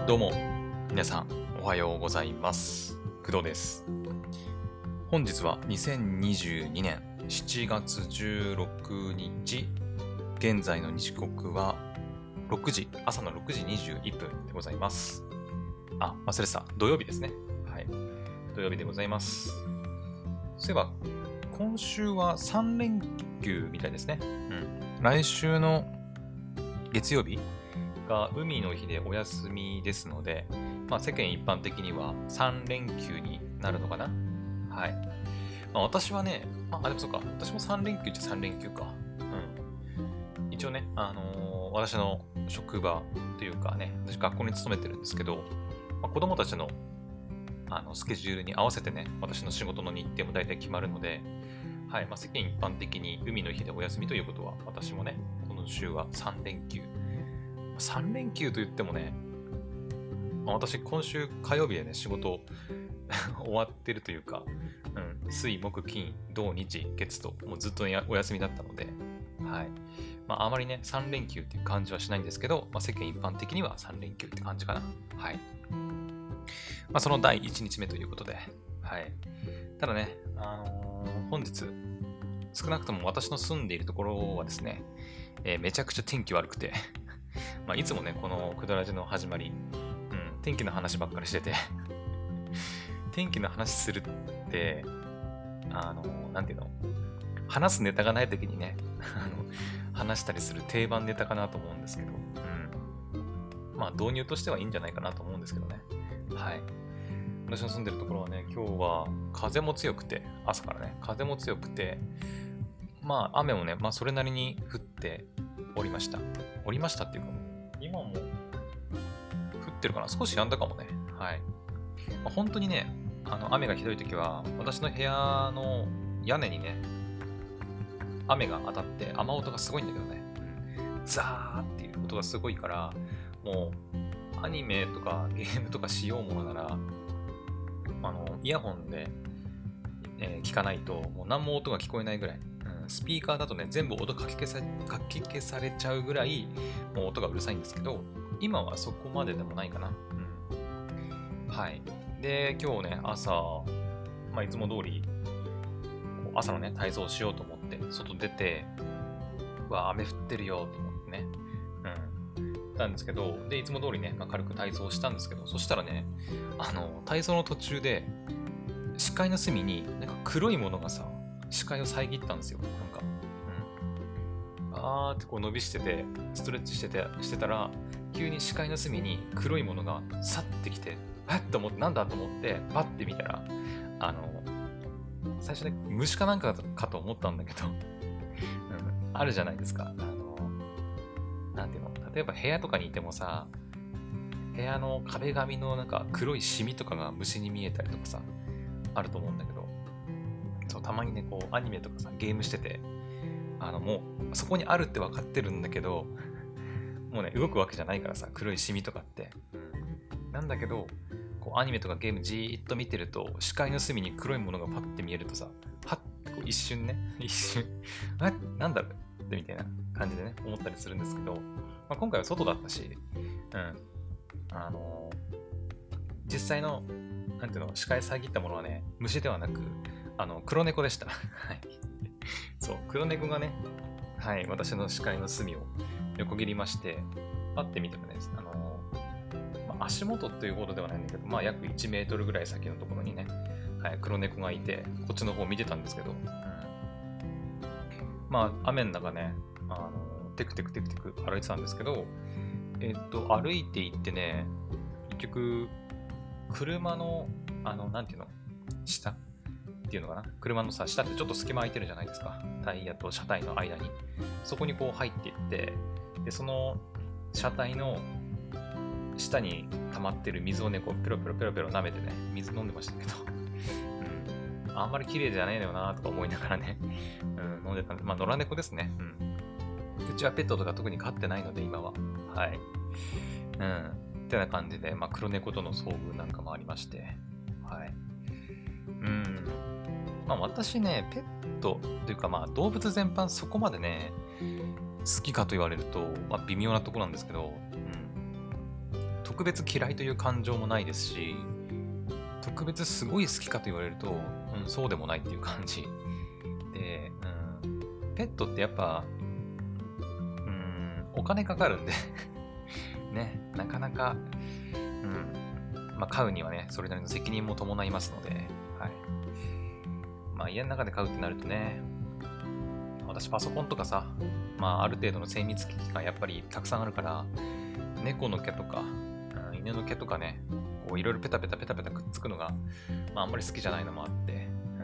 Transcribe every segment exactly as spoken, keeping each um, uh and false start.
どうも、皆さん、おはようございます。工藤です。本日はにせんにじゅうにねんしちがつじゅうろくにち、現在の日刻はろくじ、朝のろくじにじゅういっぷんでございます。あ、忘れてた。土曜日ですね。はい。土曜日でございます。そういえば、今週はさんれんきゅうみたいですね。うん。来週の月曜日が海の日でお休みですので、まあ、世間一般的にはさんれんきゅうになるのかな。はい。まあ、私はね、あ、あでもそうか、私もさんれんきゅうっちゃさんれんきゅうか。うん。一応ね、あのー私の職場というかね、私学校に勤めてるんですけど、まあ、子供たちのあのスケジュールに合わせてね、私の仕事の日程も大体決まるので、はい、まあ、世間一般的に海の日でお休みということは、私もね、この週はさんれんきゅう。さんれんきゅうと言ってもね、まあ私今週火曜日でね、仕事終わってるというか、うん、水、木、金、土、日、月と、もうずっとやお休みだったので、はい。まあ、あまりね、さんれんきゅうっていう感じはしないんですけど、まあ、世間一般的にはさんれんきゅうって感じかな。はい。まあ、そのだいいちにちめということで、はい。ただね、あのー本日、少なくとも私の住んでいるところはですね、えーめちゃくちゃ天気悪くて、まあ、いつもね、このくだらじの始まり、うん、天気の話ばっかりしてて天気の話するって、あの、なんていうの、話すネタがない時にね、あの話したりする定番ネタかなと思うんですけど、うん。まあ、導入としてはいいんじゃないかなと思うんですけどね。はい。私の住んでるところはね、今日は風も強くて、朝からね、風も強くて、まあ、雨もね、まあ、それなりに降っておりました。おりましたっていうか、今も降ってるかな、少し止んだかもね。はい。まあ、本当にね、あの雨がひどい時は、私の部屋の屋根にね、雨が当たって雨音がすごいんだけどね、ザーっていう音がすごいから、もうアニメとかゲームとかしようものなら、あのイヤホンで、えー聞かないと、もう何も音が聞こえないぐらい、うん、スピーカーだとね、全部音かき消さかき消されちゃうぐらい、もう音がうるさいんですけど、今はそこまででもないかな。うん、はい。で、今日ね、朝、まあ、いつも通り、こう朝のね、体操をしようと思って、外出て、うわ、雨降ってるよと思ってね、うん、たんですけど、で、いつも通りね、まあ、軽く体操をしたんですけど、そしたらね、あの、体操の途中で、視界の隅に、なんか黒いものがさ、視界を遮ったんですよ。なんか、うん。あーってこう伸びしてて、ストレッチしてて、してたら、急に視界の隅に黒いものが去ってきて、えっと思って、なんだと思って、パッて見たら、あの、最初ね、虫かなんかかと思ったんだけど、うん、あるじゃないですか。あの、なんていうの、例えば部屋とかにいてもさ、部屋の壁紙のなんか黒いシミとかが虫に見えたりとかさ、あると思うんだけど、そう、たまにね、こう、アニメとかさ、ゲームしてて、あの、もう、そこにあるって分かってるんだけど、もうね、動くわけじゃないからさ、黒いシミとかって。うん、なんだけど、こうアニメとかゲームじーっと見てると、視界の隅に黒いものがパッて見えるとさ、パッてこう一瞬ね、一瞬、あれなんだろうってみたいな感じでね、思ったりするんですけど、まあ、今回は外だったし、うん、あのー実際の、なんていうの、視界遮ったものはね、虫ではなく、あの、黒猫でした。はい。そう、黒猫がね、はい、私の視界の隅を横切りまして、パッて見たらね、あのーまあ、足元というほどではないんだけど、まあ、約いちメートルぐらい先のところにね、はい、黒猫がいて、こっちの方を見てたんですけど、うん、まあ、雨の中ね、あのーテクテクテクテク歩いてたんですけど、えっと、歩いていってね、結局、車の、あの、なんていうの、下っていうのかな。車のさ、下ってちょっと隙間空いてるじゃないですか。タイヤと車体の間に。そこにこう入っていって、で、その車体の下に溜まってる水をね、こうペロペロペロペロ舐めてね、水飲んでましたけど、うん、あんまり綺麗じゃねえのよなとか思いながらね、うん、飲んでたんで、まあ、野良猫ですね。うん。うちはペットとか特に飼ってないので、今は。はい。うん。ってな感じで、まあ、黒猫との遭遇なんかもありまして、はい。うん。まあ、私ね、ペットというか、まあ、動物全般そこまでね、好きかと言われると、まあ、微妙なところなんですけど、うん。 特別嫌いという感情もないですし、特別すごい好きかと言われると、うん、そうでもないっていう感じ。で、うん、ペットってやっぱ、うん、お金かかるんでね、なかなか、うん、まあ飼うにはね、それなりの責任も伴いますので、はい。まあ家の中で飼うってなるとね、私パソコンとかさ、まあある程度の精密機器がやっぱりたくさんあるから、猫の毛とか、うん、犬の毛とかね、こういろいろペタペタペタペタくっつくのが、まああんまり好きじゃないのもあって、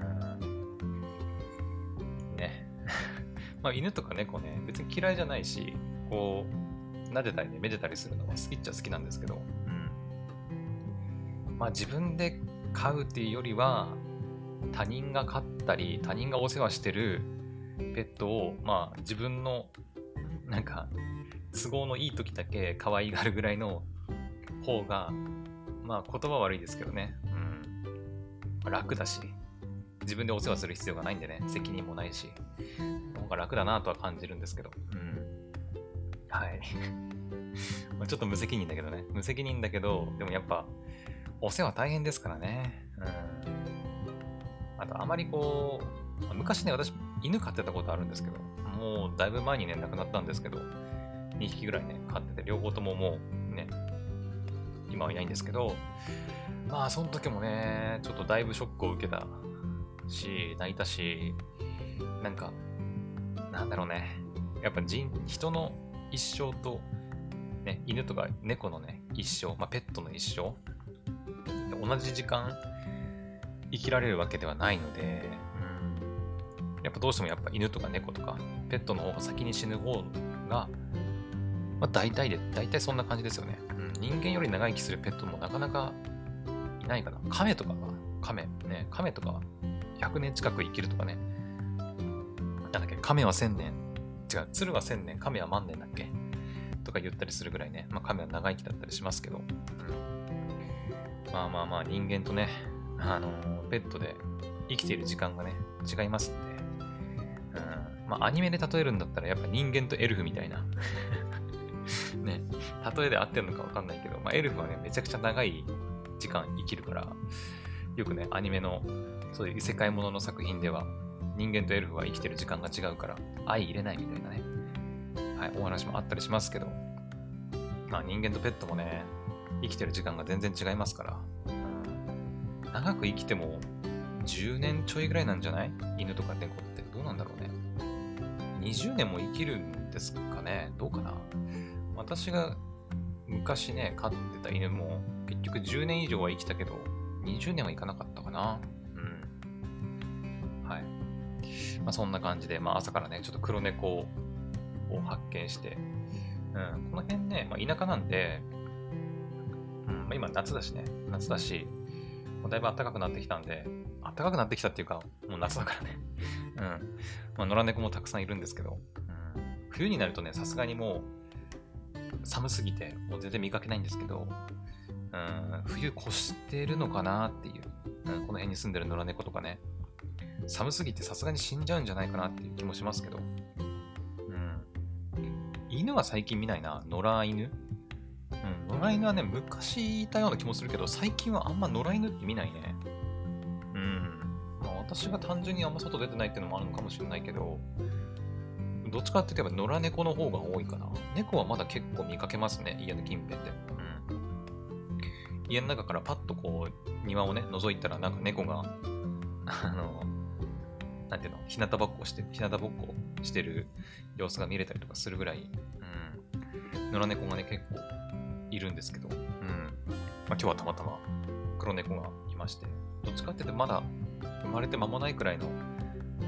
うん、ね。まあ犬とか猫ね、別に嫌いじゃないし、こう、撫でたりね、めでたりするのは好きっちゃ好きなんですけど、うん。まあ自分で飼うっていうよりは、他人が飼ったり、他人がお世話してるペットを、まあ自分の、なんか、都合のいい時だけ可愛がるぐらいの方が、まあ言葉悪いですけどね、うん、楽だし、自分でお世話する必要がないんでね、責任もないし、なんか楽だなとは感じるんですけど、うん、はい。まあちょっと無責任だけどね、無責任だけど、でもやっぱ、お世話大変ですからね。うん、あと、あまりこう、昔ね、私、犬飼ってたことあるんですけど、もうだいぶ前にね、亡くなったんですけど、にひきぐらいね、飼ってて、両方とももうね、今はいないんですけど、まあ、その時もね、ちょっとだいぶショックを受けたし、泣いたし、なんか、なんだろうね、やっぱ人、人の一生と、ね、犬とか猫のね、一生、まあ、ペットの一生、同じ時間生きられるわけではないので、うん、やっぱどうしてもやっぱ犬とか猫とかペットの方が先に死ぬ方が、まあ、大体で、大体そんな感じですよね、うん。人間より長生きするペットもなかなかいないかな。カメとかは、カメ、ね、カメとかはひゃくねん近く生きるとかね。なんだっけ、カメはせんねん。違う、鶴はせんねん、カメは万年だっけとか言ったりするぐらいね。まあカメは長生きだったりしますけど。うん、まあまあまあ人間とね、あのー、ペットで生きている時間がね、違いますんで。うん、まあアニメで例えるんだったらやっぱ人間とエルフみたいな。ね、例えで合ってるのかわかんないけど、まあエルフはね、めちゃくちゃ長い時間生きるから、よくね、アニメのそういう異世界ものの作品では、人間とエルフは生きてる時間が違うから、相入れないみたいなね、はい、お話もあったりしますけど、まあ人間とペットもね、生きてる時間が全然違いますから、うん、長く生きてもじゅうねんちょいぐらいなんじゃない？犬とか猫ってどうなんだろうね。にじゅうねんも生きるんですかね？どうかな？私が昔ね、飼ってた犬も結局じゅうねん以上は生きたけど、にじゅうねんはいかなかったかな。うん。はい。まあそんな感じで、まあ朝からね、ちょっと黒猫を発見して、うん、この辺ね、まあ、田舎なんで、うんまあ、今夏だしね、夏だし、もうだいぶ暖かくなってきたんで、暖かくなってきたっていうか、もう夏だからね。うん。まあ野良猫もたくさんいるんですけど、うん、冬になるとね、さすがにもう寒すぎて、もう全然見かけないんですけど、うん、冬越してるのかなっていう、うん、この辺に住んでる野良猫とかね、寒すぎてさすがに死んじゃうんじゃないかなっていう気もしますけど、うん、犬は最近見ないな、野良犬。うん、野良犬はね、昔いたような気もするけど、最近はあんま野良犬って見ないね。うん。まあ私が単純にあんま外出てないっていうのもあるのかもしれないけど、どっちかって言えば野良猫の方が多いかな。猫はまだ結構見かけますね、家の近辺で。うん。家の中からパッとこう、庭をね、覗いたらなんか猫が、あの、なんていうの、日向ぼっこして、日向ぼっこしてる様子が見れたりとかするぐらい、うん。野良猫がね、結構いるんですけど、うん。まあ今日はたまたま黒猫がいまして、どっちかって言ってまだ生まれて間もないくらいの、うん。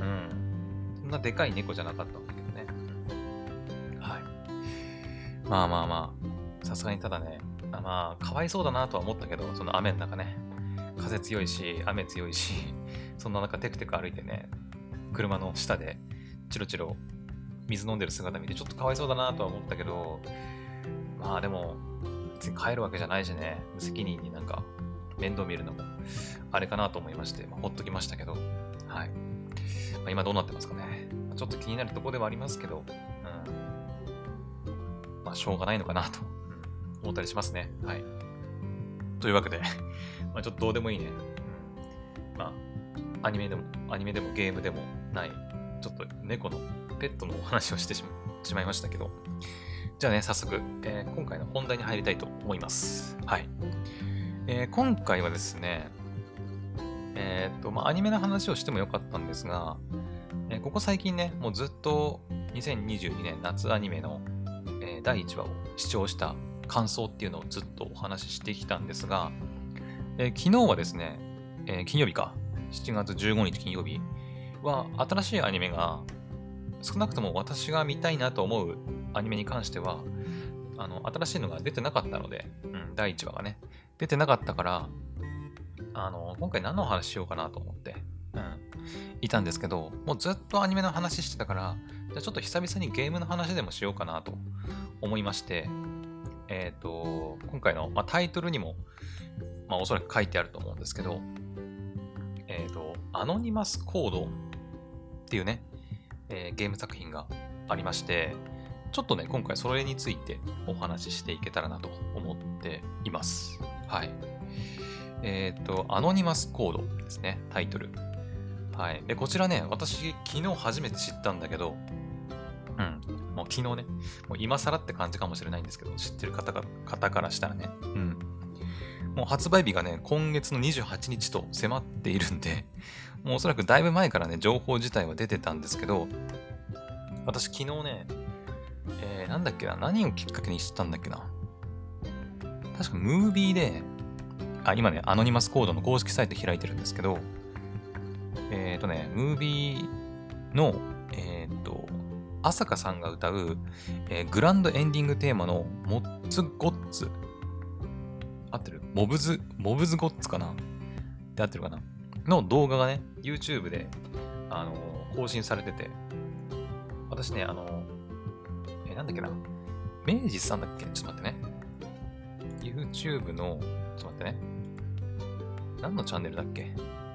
そんなでかい猫じゃなかったんだけどね。はい。まあまあまあ、さすがにただね、あまあ、かわいそうだなとは思ったけど、その雨の中ね、風強いし、雨強いし、そんな中テクテク歩いてね、車の下でチロチロ水飲んでる姿見てちょっとかわいそうだなとは思ったけど、まあでも、別に帰るわけじゃないしね、無責任になんか面倒見るのもあれかなと思いまして、まあ、ほっときましたけど、はい。まあ、今どうなってますかね。ちょっと気になるところではありますけど、うん。まあ、しょうがないのかなと、うん、 思ったりしますね。はい。というわけで、まあちょっとどうでもいいね。うん、まあ、アニメでも、アニメでもゲームでもない、ちょっと猫のペットのお話をしてしましまいましたけど、じゃあね、早速、えー、今回の本題に入りたいと思います。はい。えー、今回はですね、えー、っと、まあ、アニメの話をしてもよかったんですが、えー、ここ最近ね、もうずっとにせんにじゅうにねん夏アニメの、えー、だいいちわを視聴した感想っていうのをずっとお話ししてきたんですが、えー、昨日はですね、えー、金曜日か、しちがつじゅうごにち金曜日は、新しいアニメが、少なくとも私が見たいなと思うアニメに関しては、あの、新しいのが出てなかったので、うん、だいいちわがね、出てなかったから、あの、今回何のお話しようかなと思って、うん、いたんですけど、もうずっとアニメの話してたから、じゃあちょっと久々にゲームの話でもしようかなと思いまして、えっと、今回の、まあ、タイトルにも、まあ、おそらく書いてあると思うんですけど、えっと、アノニマスコードっていうね、えーゲーム作品がありまして、ちょっとね、今回それについてお話ししていけたらなと思っています。はい。えっと、アノニマスコードですね、タイトル。はい。で、こちらね、私、昨日初めて知ったんだけど、うん。もう昨日ね、もう今更って感じかもしれないんですけど、知ってる方が方からしたらね。うん。もう発売日がね、今月のにじゅうはちにちと迫っているんで、もうおそらくだいぶ前からね、情報自体は出てたんですけど、私昨日ね、えー、なんだっけな、何をきっかけに知ったんだっけな。確かムービーで、あ、今ね、アノニマスコードの公式サイト開いてるんですけど、えっ、ー、とね、ムービーの、えっ、ー、と、朝香さんが歌う、えーグランドエンディングテーマのモッツゴッツ、合ってるモブズ、モブズゴッツかなで合ってるかなの動画がね、YouTube で、あのー更新されてて、私ね、あのーえーなんだっけな、明治さんだっけちょっと待ってね。YouTube の、ちょっと待ってね。何のチャンネルだっけ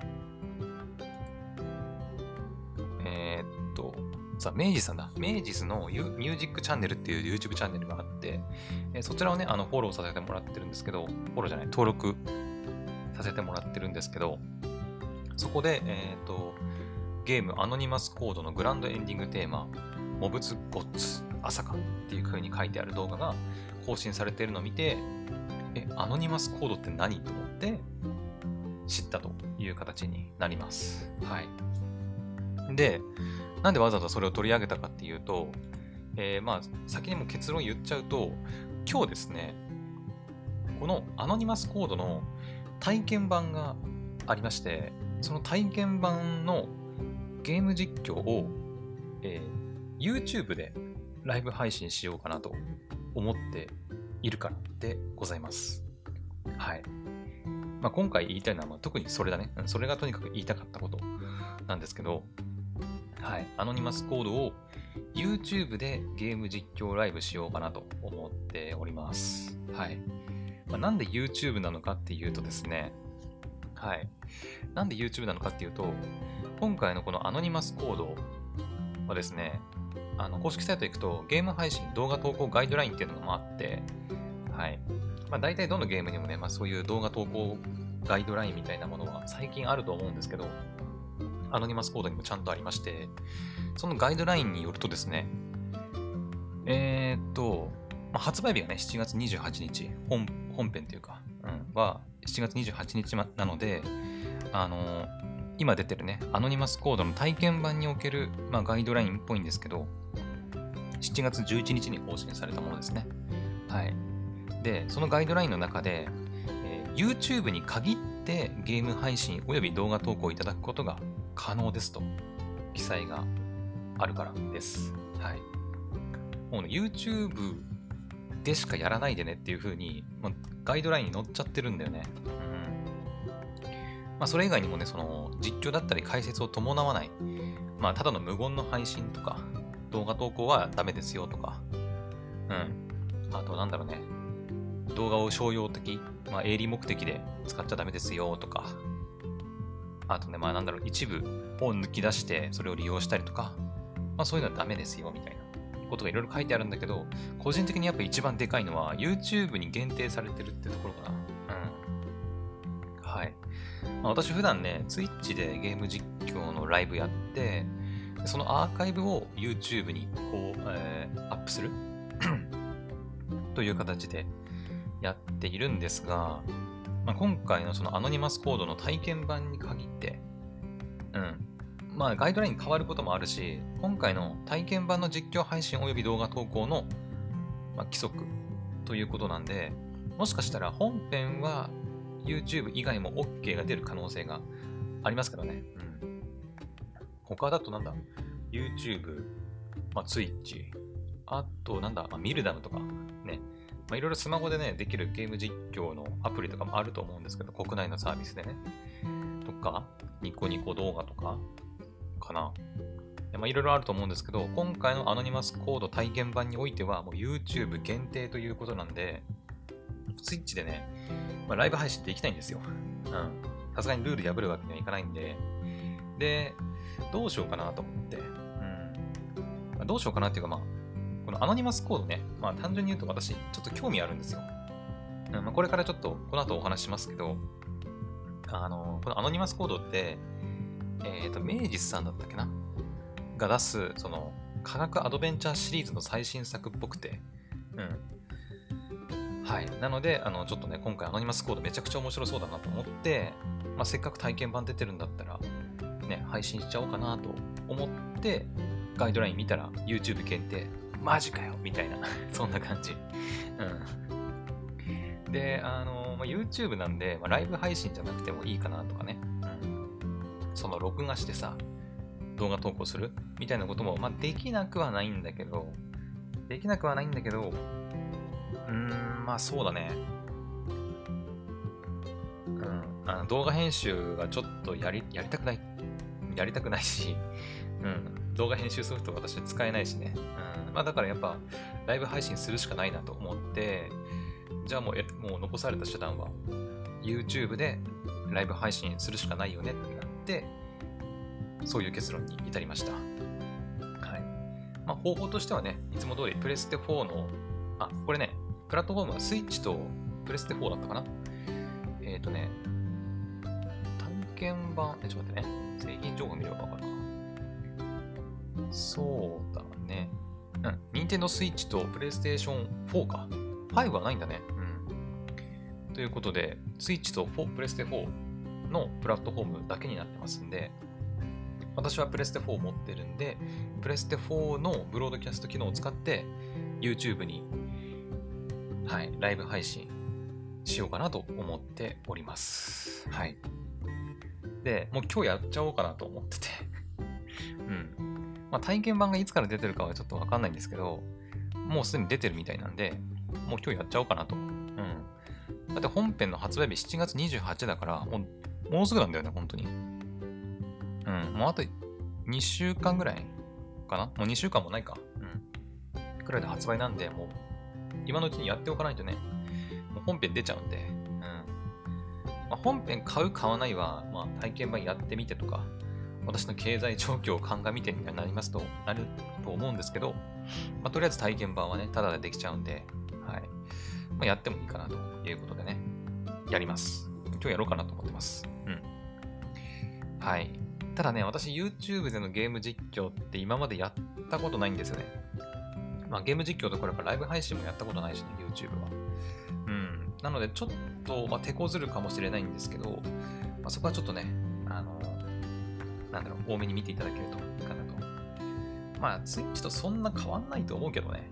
えーっと、さあ、明治さんだ。明治のミュージックチャンネルっていう YouTube チャンネルがあって、えーそちらをね、あの、フォローさせてもらってるんですけど、フォローじゃない、登録させてもらってるんですけど、そこで、えーっと、ゲームアノニマスコードのグランドエンディングテーマ、モブズゴッツ、朝かっていう風に書いてある動画が更新されているのを見て、え、アノニマスコードって何と思って知ったという形になります。はい。で、なんでわざわざそれを取り上げたかっていうと、えーまあ、先にも結論言っちゃうと、今日ですね、このアノニマスコードの体験版がありまして、その体験版のゲーム実況を、えー YouTube でライブ配信しようかなと思っているからでございます。はい。まあ、今回言いたいのは、まあ、特にそれだね。うんそれがとにかく言いたかったことなんですけど、はい。アノニマスコードを YouTube でゲーム実況ライブしようかなと思っております。はい。まあ、なんで YouTube なのかっていうとですね、はい。なんで YouTube なのかっていうと、今回のこのアノニマスコードはですね、あの公式サイト行くとゲーム配信動画投稿ガイドラインっていうのがあって、はい。まあ大体どのゲームにもね、まあそういう動画投稿ガイドラインみたいなものは最近あると思うんですけど、アノニマスコードにもちゃんとありまして、そのガイドラインによるとですね、えー、っと、まあ、発売日がね、しちがつにじゅうはちにち、本本編というか、うん、はしちがつにじゅうはちにちなので、あのー今出てるね、アノニマスコードの体験版における、まあ、ガイドラインっぽいんですけど、しちがつじゅういちにちに更新されたものですね。はい。で、そのガイドラインの中で、えー YouTube に限ってゲーム配信および動画投稿いただくことが可能ですと記載があるからです。はい。もうね、YouTube でしかやらないでねっていう風に、まあ、ガイドラインに載っちゃってるんだよね。まあ、それ以外にもね、その実況だったり解説を伴わない、まあ、ただの無言の配信とか、動画投稿はダメですよとか、うん。あと、なんだろうね、動画を商用的、まあ、営利目的で使っちゃダメですよとか、あとね、まあ、なんだろう、一部を抜き出してそれを利用したりとか、まあ、そういうのはダメですよみたいなことがいろいろ書いてあるんだけど、個人的にやっぱ一番でかいのは YouTube に限定されてるってところかな。うん。はい。まあ、私普段ね、Twitch でゲーム実況のライブやって、そのアーカイブを YouTube にこう、えー、アップするという形でやっているんですが、まあ、今回のそのアノニマスコードの体験版に限って、うん。まあ、ガイドライン変わることもあるし、今回の体験版の実況配信及び動画投稿の、まあ、規則ということなんで、もしかしたら本編は YouTube 以外も OK が出る可能性がありますからね。うん、他だとなんだ ?YouTube、まあ、Twitch、あとなんだ、まあ、ミルダムとかね、まあ、いろいろスマホでね、できるゲーム実況のアプリとかもあると思うんですけど、国内のサービスでね。とか、ニコニコ動画とかかな。まあ、いろいろあると思うんですけど、今回のアノニマスコード体験版においては、もう YouTube 限定ということなんで、Twitch でね、まあ、ライブ配信できないんですよ。うん。さすがにルール破るわけにはいかないんで。で、どうしようかなと思って。うん。まあ、どうしようかなっていうか、まあ、このアノニマスコードね、まあ単純に言うと私、ちょっと興味あるんですよ。うん。まあ、これからちょっと、この後お話しますけど、あの、このアノニマスコードって、えっと、明治さんだったっけなが出す、その、科学アドベンチャーシリーズの最新作っぽくて、うん。はい。なので、あの、ちょっとね、今回アノニマスコードめちゃくちゃ面白そうだなと思って、まあ、せっかく体験版出てるんだったら、ね、配信しちゃおうかなと思って、ガイドライン見たら YouTube 限定、マジかよみたいな、そんな感じ。うん。で、あの、まあ、YouTube なんで、まあ、ライブ配信じゃなくてもいいかなとかね。うん。その、録画してさ、動画投稿するみたいなことも、まあ、できなくはないんだけど、できなくはないんだけど、うーん、まあそうだね。うん、あの動画編集がちょっとやり、やりたくない。やりたくないし、うん、動画編集ソフト私は使えないしね。うん、まあだからやっぱ、ライブ配信するしかないなと思って、じゃあもう、えもう残された手段は、YouTube でライブ配信するしかないよねってなって、そういう結論に至りました。はい。まあ方法としてはね、いつも通りプレステフォーの、あ、これね、プラットフォームはスイッチとプレステフォーだったかな。えっ、ー、とね、体験版、え、ちょっと待ってね。製品情報見ればわかるかな。そうだね。うん。Nintendo Switch と PlayStation フォーか。ファイブはないんだね。うん。ということで、Switch とプレステフォーのプラットフォームだけになってますんで、私はプレステフォー持ってるんで、プレステフォーのブロードキャスト機能を使って YouTube に、はい、ライブ配信しようかなと思っております。はい。で、もう今日やっちゃおうかなと思ってて。うん。まあ体験版がいつから出てるかはちょっとわかんないんですけど、もうすでに出てるみたいなんで、もう今日やっちゃおうかなと。うん。だって本編の発売日しちがつにじゅうはちだから、もう、もうすぐなんだよね、本当に。うん。もうあとにしゅうかんぐらいかな。もうにしゅうかんもないか。うん。くらいで発売なんで、もう、今のうちにやっておかないとね、もう本編出ちゃうんで、うん。まあ、本編買う、買わないは、まあ、体験版やってみてとか、私の経済状況を鑑みてになりますと、なると思うんですけど、まあ、とりあえず体験版はね、タダでできちゃうんで、はい。まあ、やってもいいかなということでね、やります。今日やろうかなと思ってます。うん。はい。ただね、私 YouTube でのゲーム実況って今までやったことないんですよね。まあゲーム実況とこれからライブ配信もやったことないしね、YouTube は。うん。なのでちょっと、まあ、手こずるかもしれないんですけど、まあ、そこはちょっとね、あの、なんだろう、多めに見ていただけるといいかなと。まあ Twitch とそんな変わんないと思うけどね。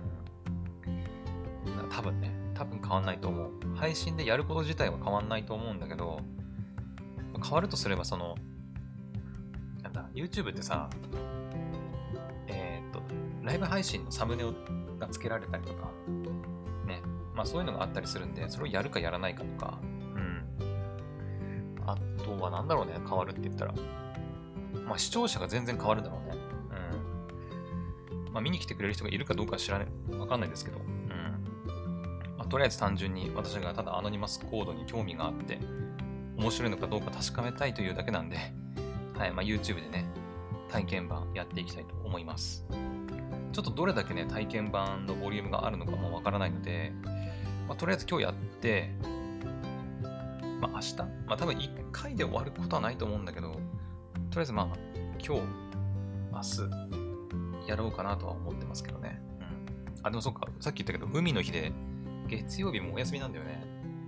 うん。多分ね、多分変わんないと思う。配信でやること自体は変わんないと思うんだけど、変わるとすればその、なんだ、YouTube ってさ、えー、っと、ライブ配信のサムネが付けられたりとか、ね、まあそういうのがあったりするんで、それをやるかやらないかとか、うん。あとはなんだろうね、変わるって言ったら、まあ視聴者が全然変わるだろうね。うん。まあ見に来てくれる人がいるかどうかは知らない、わかんないですけど、うん。まあとりあえず単純に私がただアノニマスコードに興味があって、面白いのかどうか確かめたいというだけなんで、はい、まあ YouTube でね、体験版やっていきたいと思います。 ちょっとどれだけね、体験版のボリュームがあるのかもわからないので、まあ、とりあえず今日やって、まあ明日、まあ多分いっかいで終わることはないと思うんだけど、とりあえずまあ今日、明日やろうかなとは思ってますけどね。うん。あ、でもそっか、さっき言ったけど、海の日で月曜日もお休みなんだよね。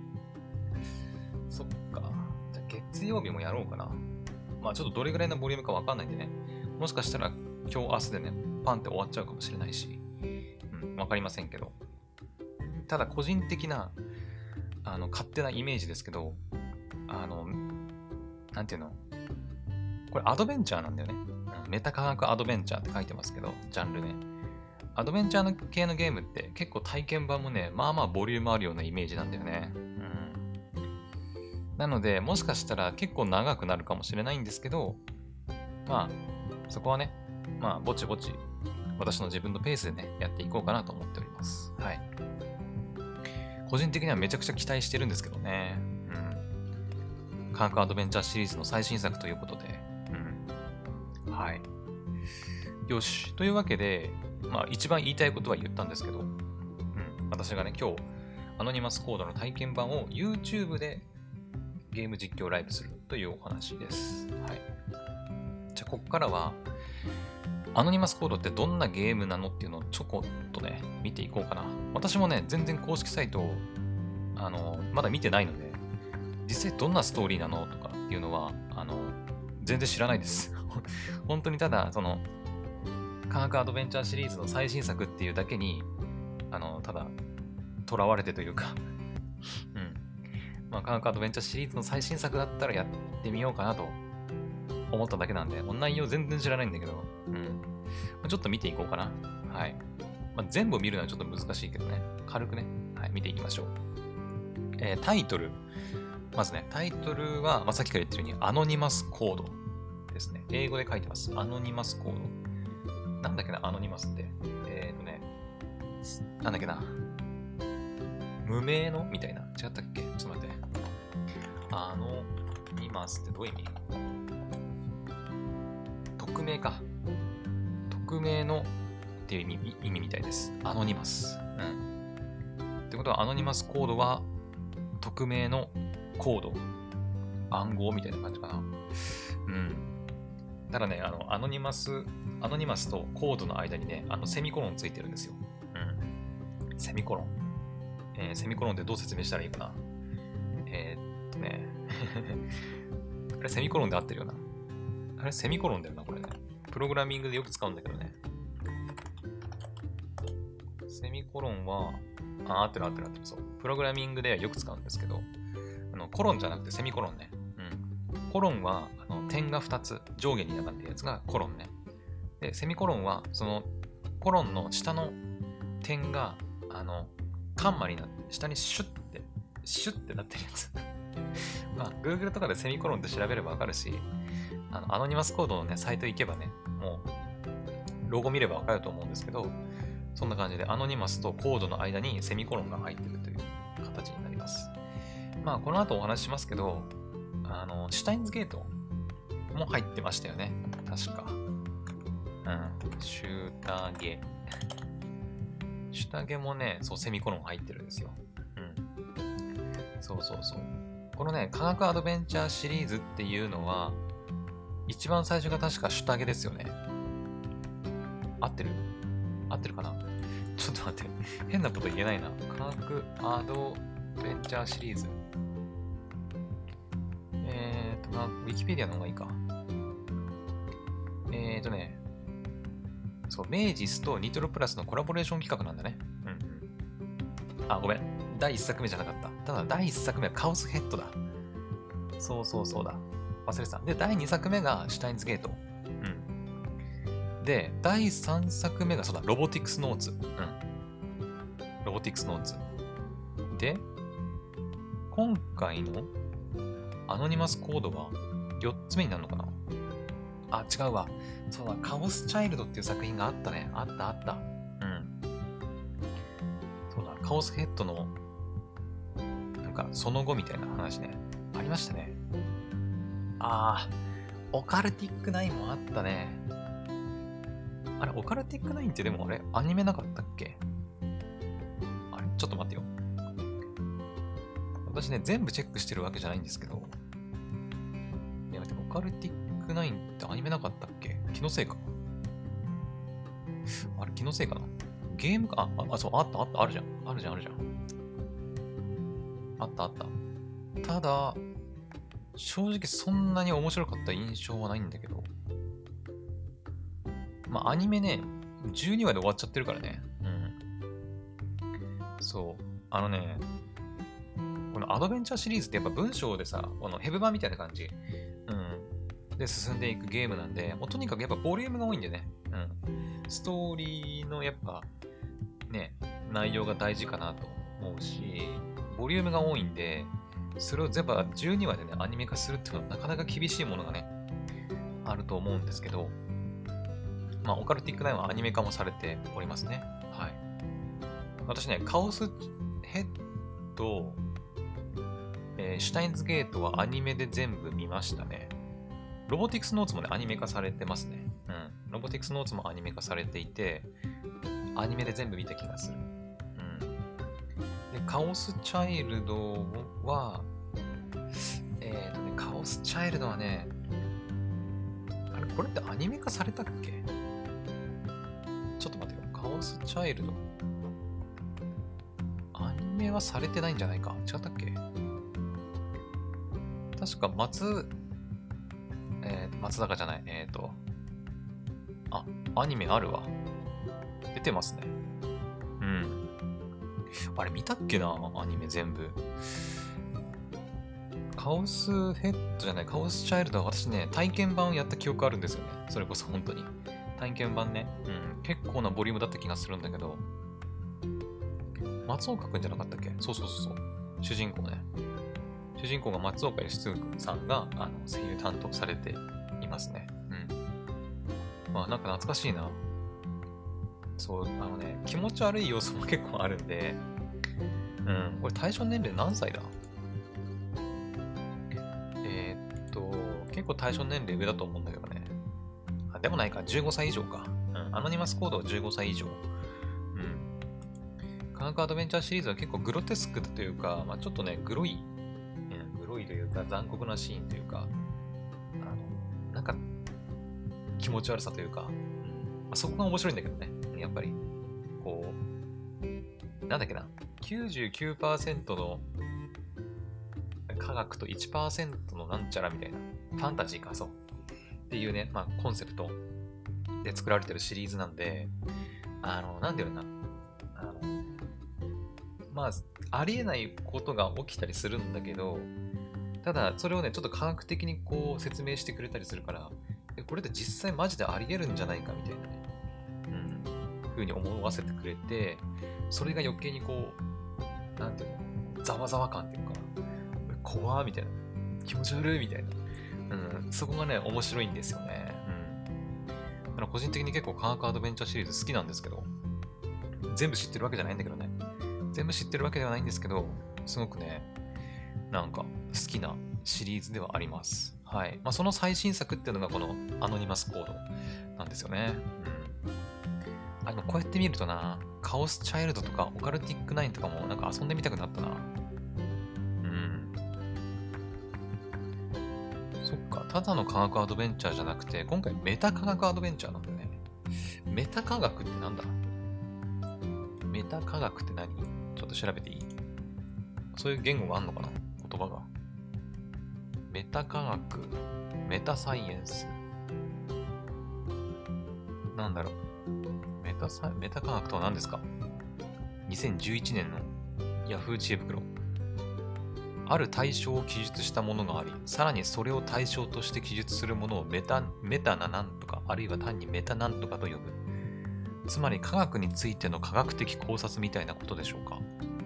そっか。じゃあ月曜日もやろうかな。まあちょっとどれぐらいのボリュームかわかんないんでね。もしかしたら今日明日でね、パンって終わっちゃうかもしれないし、うん、わかりませんけど。ただ個人的な、あの、勝手なイメージですけど、あの、なんていうの、これアドベンチャーなんだよね。うん、メタ科学アドベンチャーって書いてますけど、ジャンルね。アドベンチャーの系のゲームって結構体験版もね、まあまあボリュームあるようなイメージなんだよね。うん。なので、もしかしたら結構長くなるかもしれないんですけど、まあ、そこはね、まあ、ぼちぼち、私の自分のペースでね、やっていこうかなと思っております。はい。個人的にはめちゃくちゃ期待してるんですけどね。うん。科学アドベンチャーシリーズの最新作ということで。うん。はい。よし。というわけで、まあ、一番言いたいことは言ったんですけど、うん。私がね、今日、アノニマスコードの体験版を YouTube でゲーム実況ライブするというお話です。はい。じゃあ、ここからは、アノニマスコードってどんなゲームなのっていうのをちょこっとね、見ていこうかな。私もね、全然公式サイトを、あの、まだ見てないので、実際どんなストーリーなのとかっていうのは、あの、全然知らないです。本当にただ、その、科学アドベンチャーシリーズの最新作っていうだけに、あの、ただ、囚われてというか、うん。まあ、科学アドベンチャーシリーズの最新作だったらやってみようかなと思っただけなんで、内容全然知らないんだけど、うん。まあ、ちょっと見ていこうかな。はい。まあ、全部見るのはちょっと難しいけどね。軽くね。はい、見ていきましょう。えー、タイトル。まずね、タイトルは、まあ、さっきから言ってるように、アノニマスコードですね。英語で書いてます。アノニマスコード。なんだっけな、アノニマスって。えっとね、なんだっけな。無名のみたいな。違ったっけ？ちょっと待って。アノニマスってどういう意味？匿名か。匿名のっていう意味、意味みたいです。アノニマス。うん。ってことは、アノニマスコードは、匿名のコード。暗号みたいな感じかな。うん。ただね、あの、アノニマス、アノニマスとコードの間にね、あの、セミコロンついてるんですよ。うん。セミコロン。えー、セミコロンってどう説明したらいいかな。えー、っとね。あれ、セミコロンで合ってるよな。あれ、セミコロンだよな、これね。プログラミングでよく使うんだけどね。セミコロンは、あ、合ってる合ってる合ってる。そう。プログラミングではよく使うんですけど、あの、コロンじゃなくてセミコロンね。うん。コロンは、あの、点がふたつ、上下に並んでるやつがコロンね。で、セミコロンは、その、コロンの下の点が、あの、カンマになって、下にシュッて、シュッてなってるやつ。まあ、Google とかでセミコロンって調べればわかるし、あの、アノニマスコードのね、サイト行けばね、もう、ロゴ見ればわかると思うんですけど、そんな感じで、アノニマスとコードの間にセミコロンが入ってるという形になります。まあ、この後お話ししますけど、あの、シュタインズゲートも入ってましたよね。確か。うん。シュタゲ。シュタゲもね、そう、セミコロン入ってるんですよ。うん。そうそうそう。このね、科学アドベンチャーシリーズっていうのは、一番最初が確かシュタゲですよね。合ってる？合ってるかな？ちょっと待って。変なこと言えないな。科学アドベンチャーシリーズ。えーと、ウィキペディアの方がいいか。えーとね、そう、メイジスとニトロプラスのコラボレーション企画なんだね。うん。あ、ごめん。だいいっさくめじゃなかった。ただ、だいいっさくめはカオスヘッドだ。そうそうそうだ。忘れてた。で、だいにさくめがシュタインズゲート。うん。で、だいさんさくめが、そうだ、ロボティクスノーツ。うん。ロボティクスノーツ。で、今回のアノニマスコードはよっつめになるのかな？あ、違うわ。そうだ、カオスチャイルドっていう作品があったね。あったあった。うん。そうだ、カオスヘッドの、なんか、その後みたいな話ね。ありましたね。ああ、オカルティックナインもあったね。 あれ、オカルティックナインってでもあれ、アニメなかったっけ？あれちょっと待ってよ。私ね、全部チェックしてるわけじゃないんですけど。いや、待って、オカルティックナインってアニメなかったっけ？気のせいか。あれ、気のせいかな。ゲームか、あ、あ、そう、あった、あった、あるじゃん。あるじゃん、あるじゃん。あった、あった。ただ、正直そんなに面白かった印象はないんだけど。まあ、アニメね、じゅうにわで終わっちゃってるからね。うん。そう。あのね、このアドベンチャーシリーズってやっぱ文章でさ、このヘブ版みたいな感じ。うん。で、進んでいくゲームなんで、もうとにかくやっぱボリュームが多いんでね。うん。ストーリーのやっぱ、ね、内容が大事かなと思うし、ボリュームが多いんで、それを全部じゅうにわでね、アニメ化するっていうのはなかなか厳しいものがね、あると思うんですけど、まあ、オカルティックナインはアニメ化もされておりますね。はい。私ね、カオスヘッド、えーシュタインズゲートはアニメで全部見ましたね。ロボティクスノーツもね、アニメ化されてますね。うん。ロボティクスノーツもアニメ化されていて、アニメで全部見た気がする。うん。で、カオスチャイルドは、えっとね、カオスチャイルドはね、あれ、これってアニメ化されたっけ？ちょっと待ってよ。カオスチャイルド。アニメはされてないんじゃないか。違ったっけ？確か松、えーと、松坂じゃない。えっと、あ、アニメあるわ。出てますね。うん。あれ見たっけな？アニメ全部。カオスヘッドじゃない、カオスチャイルドは私ね、体験版をやった記憶あるんですよね。それこそ本当に。体験版ね。うん。結構なボリュームだった気がするんだけど。松岡くんじゃなかったっけ？そうそうそうそう。主人公ね。主人公が松岡義嗣さんがあの声優担当されていますね。うん。まあなんか懐かしいな。そう、あのね、気持ち悪い要素も結構あるんで、うん。これ対象年齢何歳だ？えー、っと、結構対象年齢上だと思うんだけどね。あ、でもないか、じゅうごさい以上か。うん。アノニマスコードはじゅうごさい以上。うん。科学アドベンチャーシリーズは結構グロテスクというか、まあ、ちょっとね、グロい、うん、グロいというか残酷なシーンというか、あの、なんか気持ち悪さというか、うんまあ、そこが面白いんだけどね。やっぱり、こう、なんだっけな、きゅうじゅうきゅうパーセントの科学といちパーセントのなんちゃらみたいな、ファンタジーか、そう。っていうね、まあ、コンセプトで作られてるシリーズなんで、あの、なんだよな、あの、まあ、ありえないことが起きたりするんだけど、ただ、それをね、ちょっと科学的にこう説明してくれたりするから、えこれって実際マジでありえるんじゃないかみたいなね、うん、ふうに思わせてくれて、それが余計にこう、なんていうの、ざわざわ感っていうか、怖ーみたいな、気持ち悪いみたいな、うん、そこがね、面白いんですよね。うん。だから個人的に結構科学アドベンチャーシリーズ好きなんですけど、全部知ってるわけじゃないんだけどね。全部知ってるわけではないんですけど、すごくね、なんか好きなシリーズではあります。はい。まあ、その最新作っていうのがこのアノニマスコードなんですよね。うん。あ、でもこうやって見るとな、カオスチャイルドとかオカルティックナインとかもなんか遊んでみたくなったな。うん。そっか、ただの科学アドベンチャーじゃなくて、今回メタ科学アドベンチャーなんだよね。メタ科学ってなんだ？メタ科学って何？ちょっと調べていい？そういう言語があんのかな？言葉が。メタ科学、メタサイエンス。なんだろう。メタサイ、メタ科学とは何ですか？ にせんじゅういち 年の Yahoo 知恵袋。ある対象を記述したものがあり、さらにそれを対象として記述するものをメタ、メタななんとか、あるいは単にメタなんとかと呼ぶ。つまり科学についての科学的考察みたいなことでしょうか？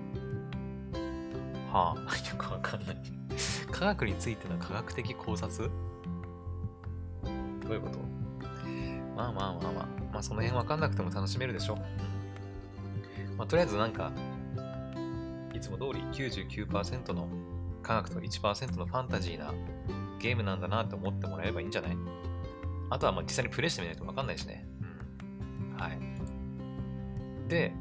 はあ、よくわかんない。科学についての科学的考察？どういうこと？まあまあまあまあ。まあその辺わかんなくても楽しめるでしょ。うん。まあとりあえずなんか、いつも通り きゅうじゅうきゅうパーセント の科学と いちパーセント のファンタジーなゲームなんだなって思ってもらえればいいんじゃない？あとはまあ実際にプレイしてみないとわかんないしね。 はい。で、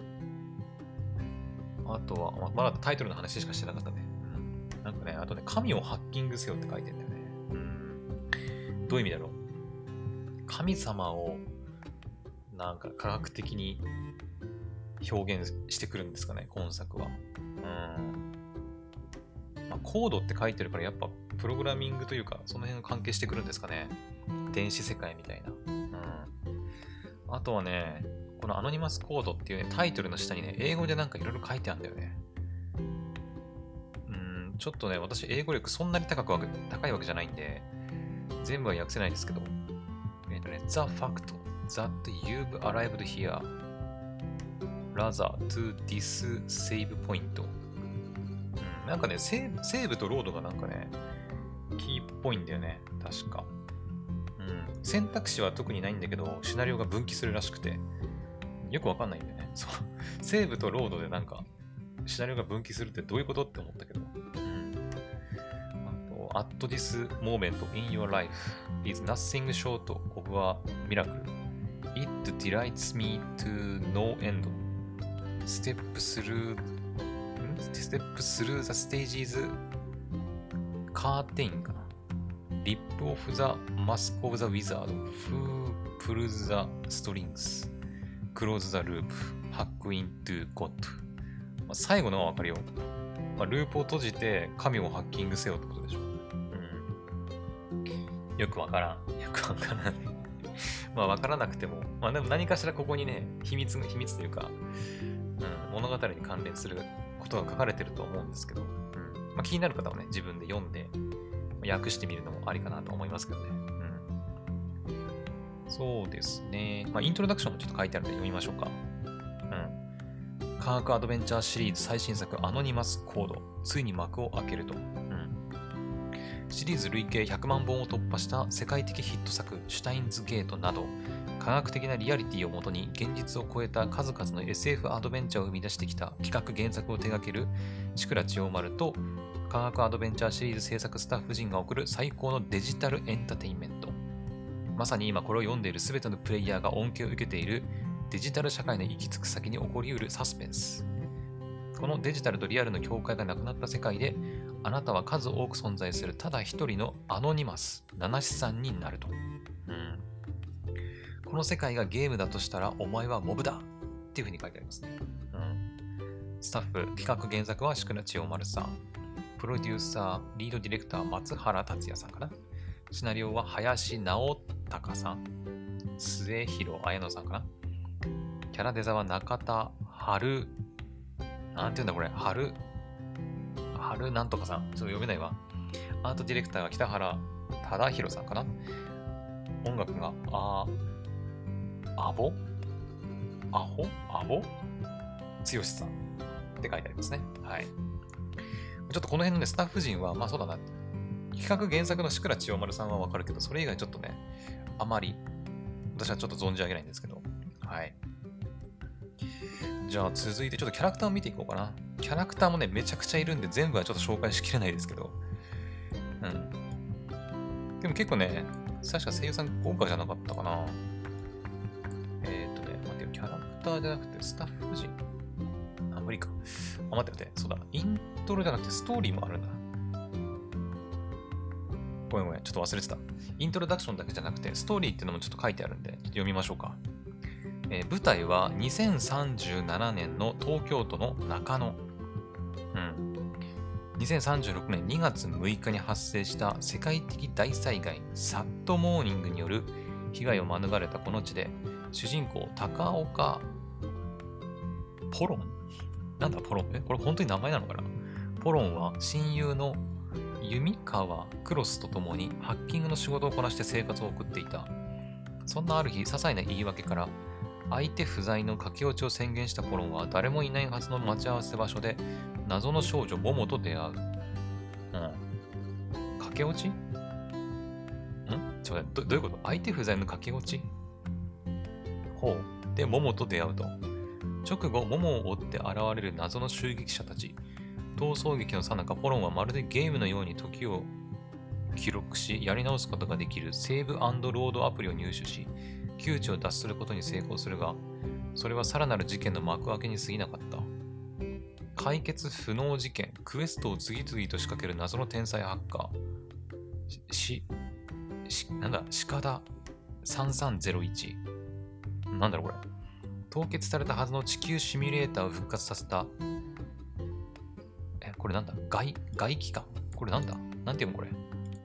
あとは、ままだタイトルの話しかしてなかったね。うん、なんかね、あとね、神をハッキングせよって書いてんだよね。うん、どういう意味だろう。神様をなんか科学的に表現してくるんですかね、今作は。うんまあ、コードって書いてるからやっぱプログラミングというかその辺が関係してくるんですかね。電子世界みたいな。うん、あとはね、このアノニマスコードっていうね、タイトルの下にね、英語でなんかいろいろ書いてあるんだよね。うん、ちょっとね、私英語力そんなに高くわけ高いわけじゃないんで、全部は訳せないんですけど、えっとね、The fact that you've arrived here rather to this save point、うん、なんかねセーブ、セーブとロードがなんかね、キーっぽいんだよね、確か。うん、選択肢は特にないんだけど、シナリオが分岐するらしくて、よくわかんないんだよね。そう。セーブとロードでなんか、シナリオが分岐するってどういうことって思ったけど。うん、あと、at this moment in your life is nothing short of a miracle. It delights me to no end. Step through, step through the stages curtain かな。Rip off the mask of the wizard who pulls the strings.Close the loop, hack into God、まあ、最後のはわかるよ、まあ。ループを閉じて神をハッキングせよってことでしょ。うん、よくわからん。よくわからん。まあわからなくても、まあでも何かしらここにね、秘密、秘密というか、うん、物語に関連することが書かれてると思うんですけど、うんまあ、気になる方はね、自分で読んで、訳してみるのもありかなと思いますけどね。そうですね。まあ、イントロダクションもちょっと書いてあるので読みましょうか。うん。科学アドベンチャーシリーズ最新作アノニマスコード。ついに幕を開けると。うん。シリーズ累計ひゃくまんぼんを突破した世界的ヒット作シュタインズゲートなど、科学的なリアリティをもとに現実を超えた数々の エスエフ アドベンチャーを生み出してきた企画原作を手掛ける志倉千代丸と科学アドベンチャーシリーズ制作スタッフ陣が送る最高のデジタルエンターテインメント。まさに今これを読んでいるすべてのプレイヤーが恩恵を受けているデジタル社会の行き着く先に起こりうるサスペンス。このデジタルとリアルの境界がなくなった世界で、あなたは数多く存在するただ一人のアノニマス、七七さんになると。うん、この世界がゲームだとしたらお前はモブだっていう風に書いてありますね。うん、スタッフ、企画原作は志倉千代丸さん。プロデューサー、リードディレクター、松原達也さんかな。シナリオは林直隆さん、末広彩乃さんかな。キャラデザは中田春、なんていうんだこれ、春、春なんとかさん、ちょっと読めないわ。アートディレクターは北原忠宏さんかな。音楽が、あ、アボアホアボ剛さんって書いてありますね。はい。ちょっとこの辺のね、スタッフ陣は、まあそうだな。企画原作の志倉千代丸さんはわかるけど、それ以外ちょっとね、あまり、私はちょっと存じ上げないんですけど。はい。じゃあ続いてちょっとキャラクターを見ていこうかな。キャラクターもね、めちゃくちゃいるんで、全部はちょっと紹介しきれないですけど。うん。でも結構ね、確か声優さん豪華じゃなかったかな。えっ、ー、とね、待ってよ、キャラクターじゃなくて、スタッフ陣。あ、無理か。あ、待って待って、そうだ。イントロじゃなくて、ストーリーもあるんだ。ごめんごめん、ちょっと忘れてた。イントロダクションだけじゃなくて、ストーリーっていうのもちょっと書いてあるんで、ちょっと読みましょうか。えー、舞台はにせんさんじゅうななねんの東京都の中野。うん。にせんさんじゅうろくねんにがつむいかに発生した世界的大災害、サッドモーニングによる被害を免れたこの地で、主人公、高岡ポロンなんだポロンえこれ本当に名前なのかな。ポロンは親友の弓川クロスと共にハッキングの仕事をこなして生活を送っていた。そんなある日、些細な言い訳から相手不在の駆け落ちを宣言したポロンは誰もいないはずの待ち合わせ場所で謎の少女モモと出会う。うん。駆け落ちんちょっとど、どういうこと？相手不在の駆け落ちほう。で、モモと出会うと。直後、モモを追って現れる謎の襲撃者たち。逃走劇の最中、ポロンはまるでゲームのように時を記録し、やり直すことができるセーブ&ロードアプリを入手し、 窮地を脱することに成功するが、それはさらなる事件の幕開けに過ぎなかった。解決不能事件、クエストを次々と仕掛ける謎の天才ハッカー。し、し、なんだ、鹿田さんさんゼロいち。なんだろうこれ。凍結されたはずの地球シミュレーターを復活させた。え、これなんだ外、外機関これなんだなんていうのこれ。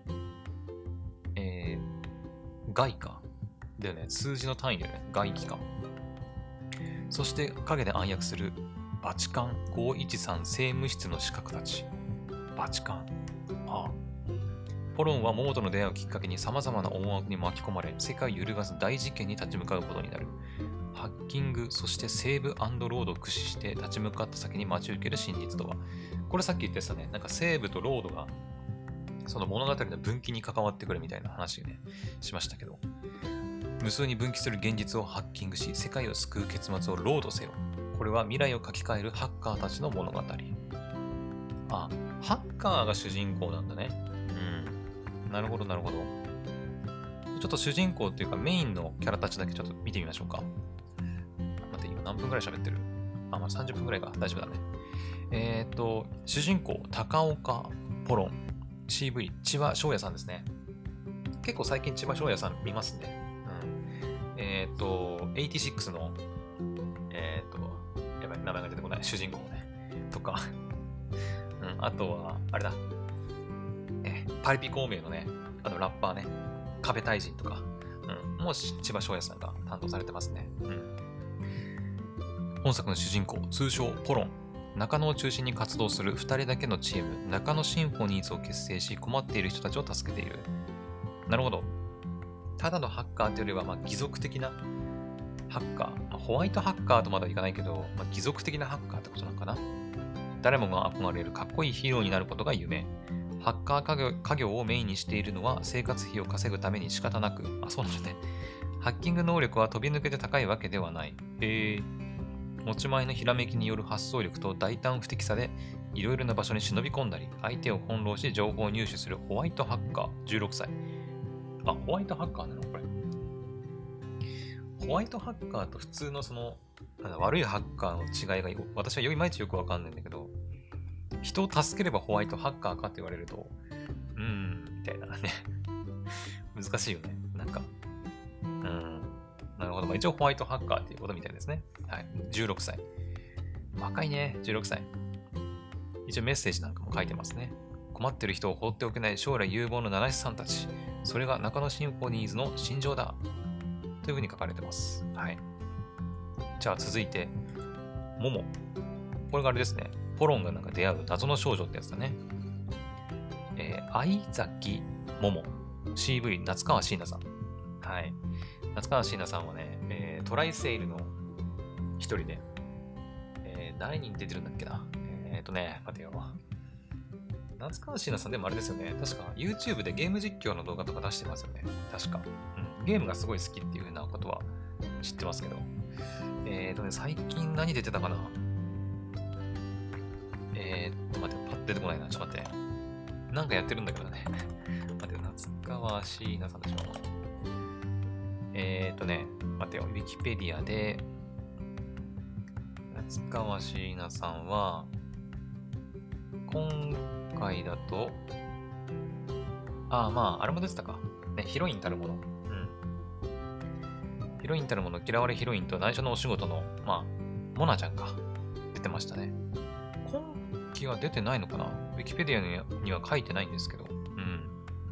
えー、外か。だよね。数字の単位だよね。外機関。そして影で暗躍するバチカンごいちさん生務室の資格たち。バチカン。ああ。ポロンはモモとの出会いをきっかけに様々な思惑に巻き込まれ、世界を揺るがす大事件に立ち向かうことになる。ハッキング、そしてセーブ&ロードを駆使して立ち向かった先に待ち受ける真実とは。これさっき言ってたね、なんかセーブとロードがその物語の分岐に関わってくるみたいな話をね、しましたけど、無数に分岐する現実をハッキングし、世界を救う結末をロードせよ。これは未来を書き換えるハッカーたちの物語。あ、ハッカーが主人公なんだね。うん。なるほど、なるほど。ちょっと主人公っていうかメインのキャラたちだけちょっと見てみましょうか。待って、今何分くらい喋ってる？あ、まあさんじゅっぷんくらいか。大丈夫だね。えっと、主人公、高岡ポロン。シーブイ、千葉翔也さんですね。結構最近千葉翔也さん見ますね。うん。えっと、エイティシックスの、えっと、やばい、名前が出てこない。主人公ね。とか。うん、あとは、あれだ。え、パリピ孔明のね、あのラッパーね。壁大臣とか、うん、もう千葉翔也さんが担当されてますね。うん、本作の主人公、通称ポロン。中野を中心に活動するふたりだけのチーム、中野シンフォニーズを結成し、困っている人たちを助けている。なるほど。ただのハッカーというよりは、まあ、義足的なハッカー。まあ、ホワイトハッカーとまだいかないけど、まあ、義足的なハッカーってことなのかな。誰もが憧れるかっこいいヒーローになることが夢。ハッカー家業、家業をメインにしているのは生活費を稼ぐために仕方なく、あ、そうなんだね。ハッキング能力は飛び抜けて高いわけではない。へえ。持ち前のひらめきによる発想力と大胆不敵さで、いろいろな場所に忍び込んだり、相手を翻弄し情報を入手するホワイトハッカー、じゅうろくさい。あ、ホワイトハッカーなのこれ。ホワイトハッカーと普通のその、なんだ悪いハッカーの違いが、私はよいまいちよくわかんないんだけど、人を助ければホワイトハッカーかって言われると、うーん、みたいなね。難しいよね。なんか、うーん。なるほど。まあ、一応ホワイトハッカーっていうことみたいですね。はい。じゅうろくさい。若いね。じゅうろくさい。一応メッセージなんかも書いてますね。困ってる人を放っておけない将来有望の七七さんたち。それが中野シンフォニーズの心情だ。というふうに書かれてます。はい。じゃあ続いて、モモ。これがあれですね。ポロンがなんか出会う謎の少女ってやつだね。えー、相崎桃。シーブイ、夏川椎菜さん。はい。夏川椎菜さんはね、えー、トライセールの一人で、えー、誰に出てるんだっけな。えーとね、待てよ。夏川椎菜さんでもあれですよね。確か YouTube でゲーム実況の動画とか出してますよね。確か。うん。ゲームがすごい好きっていう風なことは知ってますけど。えーとね、最近何出てたかな。えーっと、待って、パッと出てこないな。ちょっと待って。なんかやってるんだけどね。待って、夏川椎菜さんでしょ。えーっとね、待ってよ。ウィキペディアで、夏川椎菜さんは、今回だと、ああ、まあ、あれも出てたか。ね、ヒロインたるもの。うん。ヒロインたるもの、嫌われヒロインと内緒のお仕事の、まあ、モナちゃんか。出てましたね。今期は出てないのかな？ウィキペディアには書いてないんですけど。うん。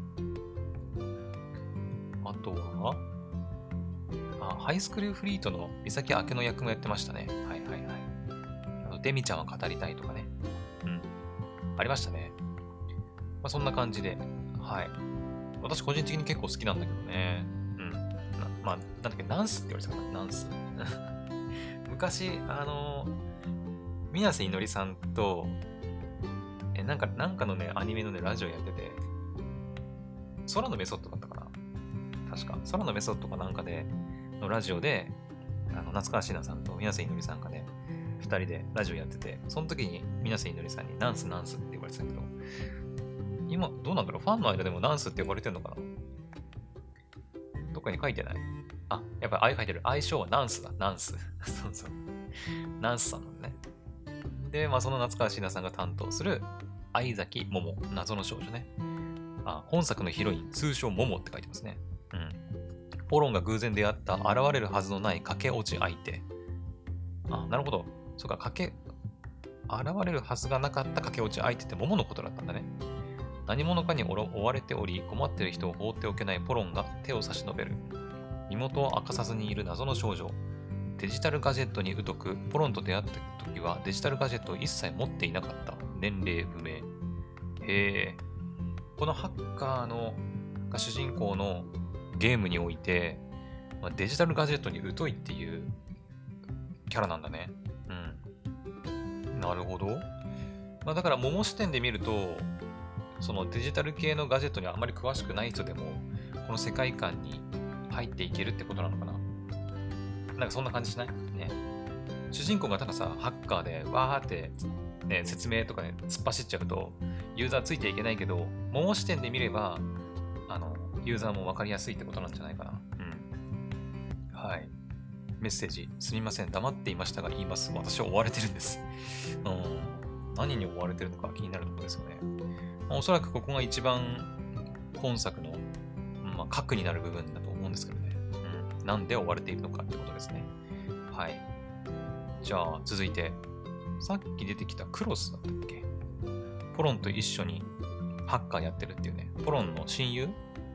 あとは、あ、ハイスクールフリートの三崎明の役もやってましたね。はいはいはい。あのデミちゃんは語りたいとかね。うん。ありましたね。まあ、そんな感じで。はい。私個人的に結構好きなんだけどね。うん。なまあ、なんだっけ、ナンスって言われてたかな。ナンス。昔、あのー、水瀬いのりさんと、え、なんか、なんかのね、アニメのね、ラジオやってて、空のメソッドだったかな。確か。空のメソッドかなんかで、のラジオで、あの、夏川椎菜さんと水瀬いのりさんがね、二人でラジオやってて、その時に水瀬いのりさんにナンスナンスって言われてたけど、今、どうなんだろう、ファンの間でもナンスって呼ばれてんのかな。どっかに書いてない？ あ、やっぱり愛書いてる。相性はナンスだ。ナンス。そうそう。ナンスさんなんね。で、まあその夏川椎名さんが担当する相崎桃、謎の少女ね。あ、本作のヒロイン、通称桃って書いてますね。うん。ポロンが偶然出会った現れるはずのない駆け落ち相手。あ、なるほど。そうか、駆け、現れるはずがなかった駆け落ち相手って桃のことだったんだね。何者かに追われており、困っている人を放っておけないポロンが手を差し伸べる。身元を明かさずにいる謎の少女。デジタルガジェットに疎く、ポロンと出会った時はデジタルガジェットを一切持っていなかった。年齢不明。へえ。このハッカーのが主人公のゲームにおいて、まあ、デジタルガジェットに疎いっていうキャラなんだね。うん。なるほど。まあ、だから、桃視点で見ると、そのデジタル系のガジェットにあまり詳しくない人でも、この世界観に入っていけるってことなのかな。なんかそんな感じしないね。主人公がたださ、ハッカーでわーって、ね、説明とかね、突っ走っちゃうと、ユーザーついていけないけど、桃視点で見れば、あの、ユーザーもわかりやすいってことなんじゃないかな。うん。はい。メッセージ、すみません、黙っていましたが言います。私は追われてるんです。うん。何に追われてるのか気になるところですよね。まあ、おそらくここが一番本作の、まあ、核になる部分だと思うんですけどね。うん。なんで追われているのかってことですね。はい。じゃあ、続いて、さっき出てきたクロスだったっけ？ポロンと一緒にハッカーやってるっていうね。ポロンの親友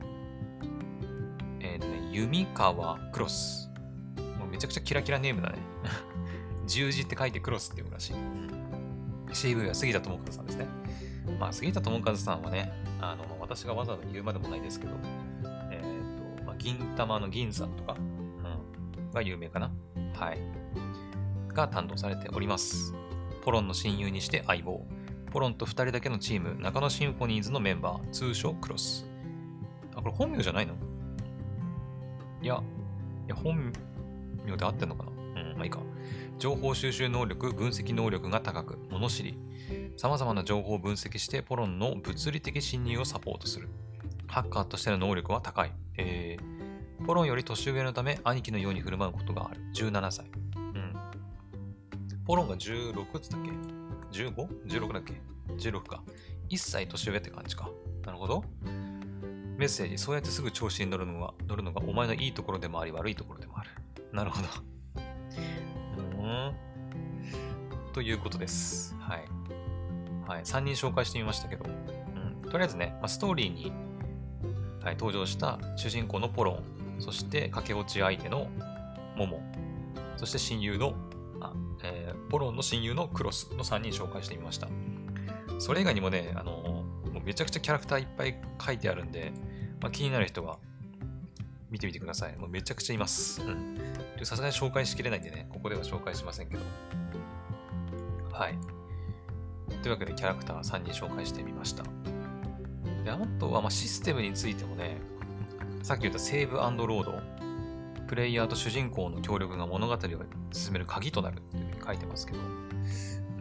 えっとね、弓川クロス。もうめちゃくちゃキラキラネームだね。十字って書いてクロスっていうらしい。シーブイ は杉田智和さんですね。まあ、杉田智和さんはね、あの、私がわざわざ言うまでもないですけど、えっと、まあ、銀玉の銀さんとか、うん、が有名かな。はい。が担当されております。ポロンの親友にして相棒。ポロンとふたりだけのチーム、中野シンフォニーズのメンバー、通称クロス。あ、これ本名じゃないの？いや、いや本名で合ってんのかな？うん、まあいいか。情報収集能力、分析能力が高く、物知り。様々な情報を分析して、ポロンの物理的侵入をサポートする。ハッカーとしての能力は高い。えー、ポロンより年上のため、兄貴のように振る舞うことがある。じゅうななさい。うん。ポロンがじゅうろくっつったっけ ?じゅうご?じゅうろく だっけ ?じゅうろく か。いっさい年上って感じか。なるほど。メッセージ、そうやってすぐ調子に乗るのが、乗るのがお前のいいところでもあり悪いところでもある。なるほど。うーん。ということです。はい。はい。さんにん紹介してみましたけど、うん、とりあえずね、まあ、ストーリーに、はい、登場した主人公のポロン、そして駆け落ち相手のモモ、そして親友の、あえー、ポロンの親友のクロスのさんにん紹介してみました。それ以外にもね、あのー、もうめちゃくちゃキャラクターいっぱい書いてあるんで、まあ、気になる人は見てみてください。もうめちゃくちゃいます。うん。さすがに紹介しきれないんでね、ここでは紹介しませんけど。はい。というわけでキャラクターさんにん紹介してみました。で、あとはまあシステムについてもね、さっき言ったセーブ&ロード、プレイヤーと主人公の協力が物語を進める鍵となるっていうふうに書いてますけど、うん、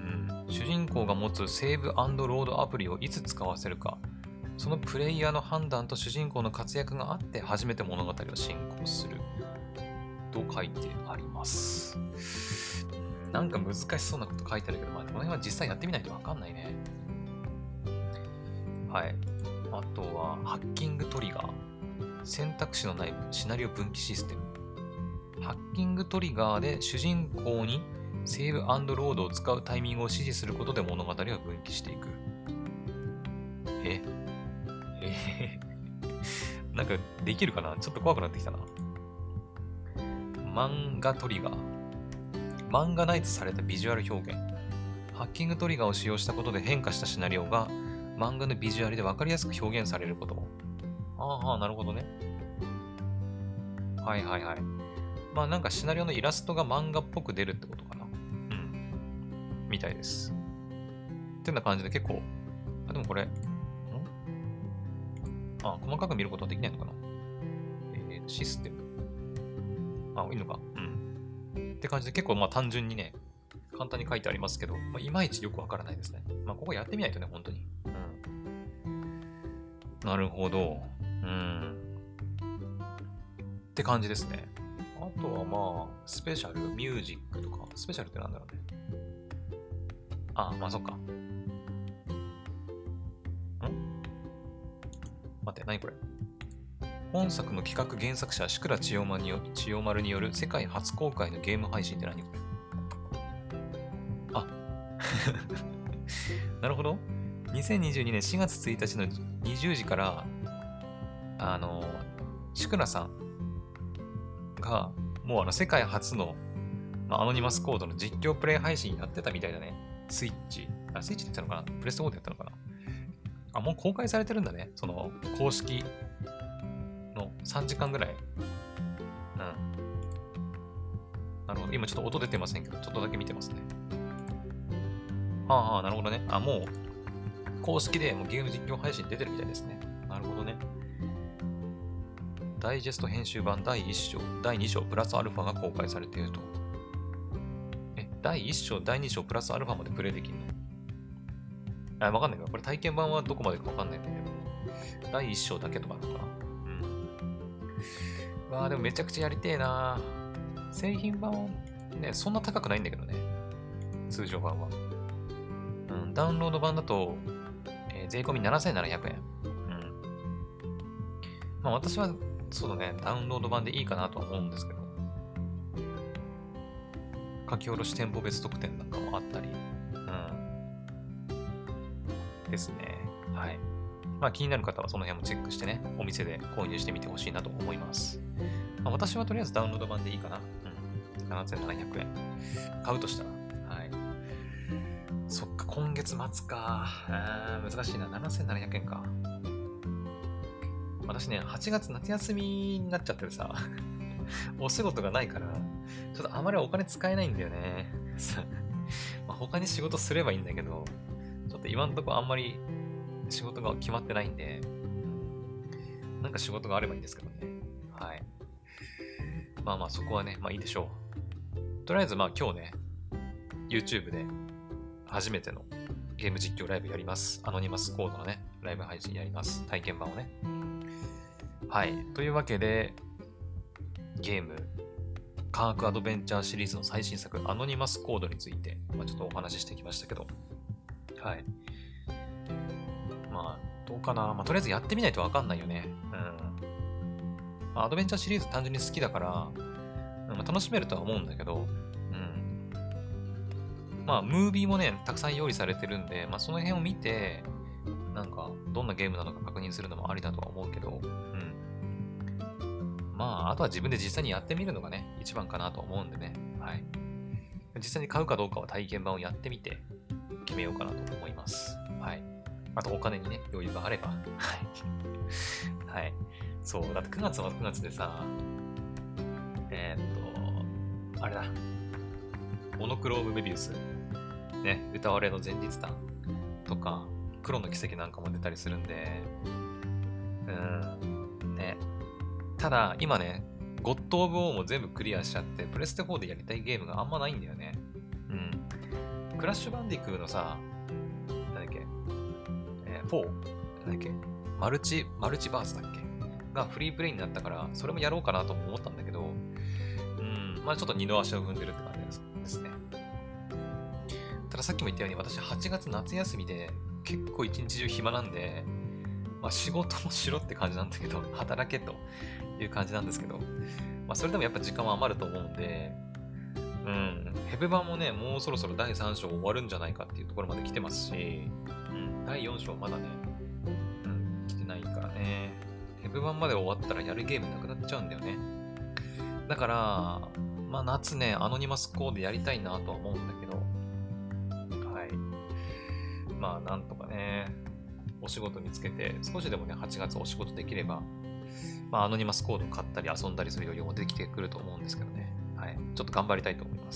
主人公が持つセーブ&ロードアプリをいつ使わせるか、そのプレイヤーの判断と主人公の活躍があって初めて物語を進行すると書いてあります。なんか難しそうなこと書いてあるけど、まあ、この辺は実際やってみないとわかんないね。はい。あとは、ハッキングトリガー。選択肢のないシナリオ分岐システム。ハッキングトリガーで主人公にセーブ&ロードを使うタイミングを指示することで物語を分岐していく。ええなんかできるかな？ちょっと怖くなってきたな。漫画トリガー。漫画ナイズされたビジュアル表現。ハッキングトリガーを使用したことで変化したシナリオが漫画のビジュアルで分かりやすく表現されること。ああ、なるほどね。はいはいはい。まあなんかシナリオのイラストが漫画っぽく出るってことかな。うん。みたいです。ってな感じで結構、あ、でもこれ、んあ、細かく見ることはできないのかな。えー、システム。あ、いいのか。うん。って感じで結構まあ単純にね、簡単に書いてありますけど、まあ、いまいちよくわからないですね。まあここやってみないとね、本当に。うん。なるほど。うん。って感じですね。 とはまあ、スペシャル、ミュージックとか、スペシャルってなんだろうね。あ、まあそっか。ん待って、何これ。本作の企画原作者、志倉千代丸によ千代丸による世界初公開のゲーム配信って何これ。あなるほど。にせんにじゅうにねんしがつついたちのにじゅうじから、あの、志倉さんが、もうあの世界初の、まあ、アノニマスコードの実況プレイ配信やってたみたいだね。スイッチ。あ、スイッチって言ったのかな、プレステフォーでやったのかな。あ、もう公開されてるんだね。その、公式のさんじかんぐらい。うん。なるほど。今ちょっと音出てませんけど、ちょっとだけ見てますね。はあはあ、なるほどね。あ、もう、公式でもうゲーム実況配信出てるみたいですね。なるほどね。ダイジェスト編集版だいいっ章、だいに章プラスアルファが公開されていると。え、だいいっ章、だいに章プラスアルファまでプレイできるの？あ、わかんないけど、これ体験版はどこまでかわかんないんだけど、だいいっ章だけとかなのかな。うん。わあ、でもめちゃくちゃやりてえな。製品版はね、そんな高くないんだけどね。通常版は。うん、ダウンロード版だと、えー、税込みななせんななひゃくえん。うん。まあ私は、そうだね、ダウンロード版でいいかなとは思うんですけど、書き下ろし店舗別特典なんかもあったり、うん。ですね。はい。まあ気になる方はその辺もチェックしてね、お店で購入してみてほしいなと思います。まあ、私はとりあえずダウンロード版でいいかな。うん。ななせんななひゃくえん。買うとしたら。はい。そっか、今月末か。あー難しいな。ななせんななひゃくえんか。私ね、はちがつ夏休みになっちゃってるさ、お仕事がないから、ちょっとあまりお金使えないんだよね。まあ、他に仕事すればいいんだけど、ちょっと今んとこあんまり仕事が決まってないんで、なんか仕事があればいいんですけどね。はい。まあまあそこはね、まあいいでしょう。とりあえずまあ今日ね、YouTube で初めてのゲーム実況ライブやります。アノニマスコードのね、ライブ配信やります。体験版をね。はい。というわけで、ゲーム、科学アドベンチャーシリーズの最新作、アノニマスコードについて、まあ、ちょっとお話ししてきましたけど、はい。まあ、どうかな。まあ、とりあえずやってみないとわかんないよね。うん。まあ、アドベンチャーシリーズ単純に好きだから、うんまあ、楽しめるとは思うんだけど、うん。まあ、ムービーもね、たくさん用意されてるんで、まあ、その辺を見て、なんか、どんなゲームなのか確認するのもありだとは思うけど、うん。まあ、あとは自分で実際にやってみるのがね、一番かなと思うんでね。はい。実際に買うかどうかは体験版をやってみて決めようかなと思います。はい。あとお金にね、余裕があれば。はい。はい。そう、だってくがつはくがつでさ、えー、っと、あれだ。モノクロームメビウス。ね、歌われの前日談とか、黒の奇跡なんかも出たりするんで、うーん、ね。ただ、今ね、ゴッド・オブ・オーも全部クリアしちゃって、プレステフォーでやりたいゲームがあんまないんだよね。うん。クラッシュバンディクーのさ、なんだっけ、えー、フォー? なんだっけ、マルチ、マルチバースだっけがフリープレイになったから、それもやろうかなとも思ったんだけど、うん、まあちょっと二の足を踏んでるって感じですね。たださっきも言ったように、私はちがつ夏休みで結構一日中暇なんで、まあ仕事もしろって感じなんだけど、働けという感じなんですけど、まあそれでもやっぱ時間は余ると思うんで、うん、ヘブ版もね、もうそろそろだいさん章終わるんじゃないかっていうところまで来てますし、うん、だいよん章まだね、うん、来てないからね、ヘブ版まで終わったらやるゲームなくなっちゃうんだよね。だから、まあ夏ね、アノニマスコードやりたいなとは思うんだけど、はい。まあなんとかね、お仕事見つけて、少しでもね、はちがつお仕事できれば、まあ、アノニマスコードを買ったり遊んだりする余裕もできてくると思うんですけどね。はい。ちょっと頑張りたいと思います。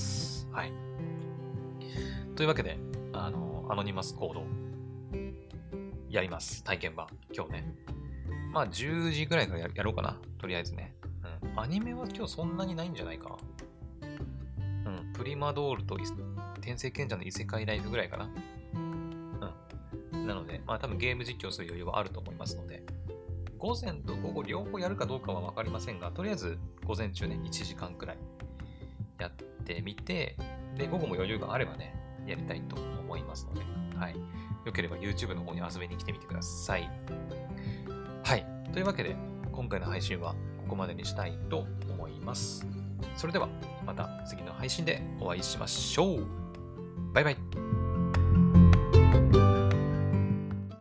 はい。というわけで、あの、アノニマスコード、やります。体験版。今日ね。まあ、じゅうじぐらいからやろうかな。とりあえずね。うん。アニメは今日そんなにないんじゃないか。うん。プリマドールと転生賢者の異世界ライフぐらいかな。うん。なので、まあ多分ゲーム実況する余裕はあると思いますので、午前と午後両方やるかどうかは分かりませんが、とりあえず午前中ね、いちじかんくらいやってみて、で、午後も余裕があればね、やりたいと思いますので、はい。よければ YouTube の方に遊びに来てみてください。はい。というわけで、今回の配信はここまでにしたいと思います。それでは、また次の配信でお会いしましょう。バイバイ。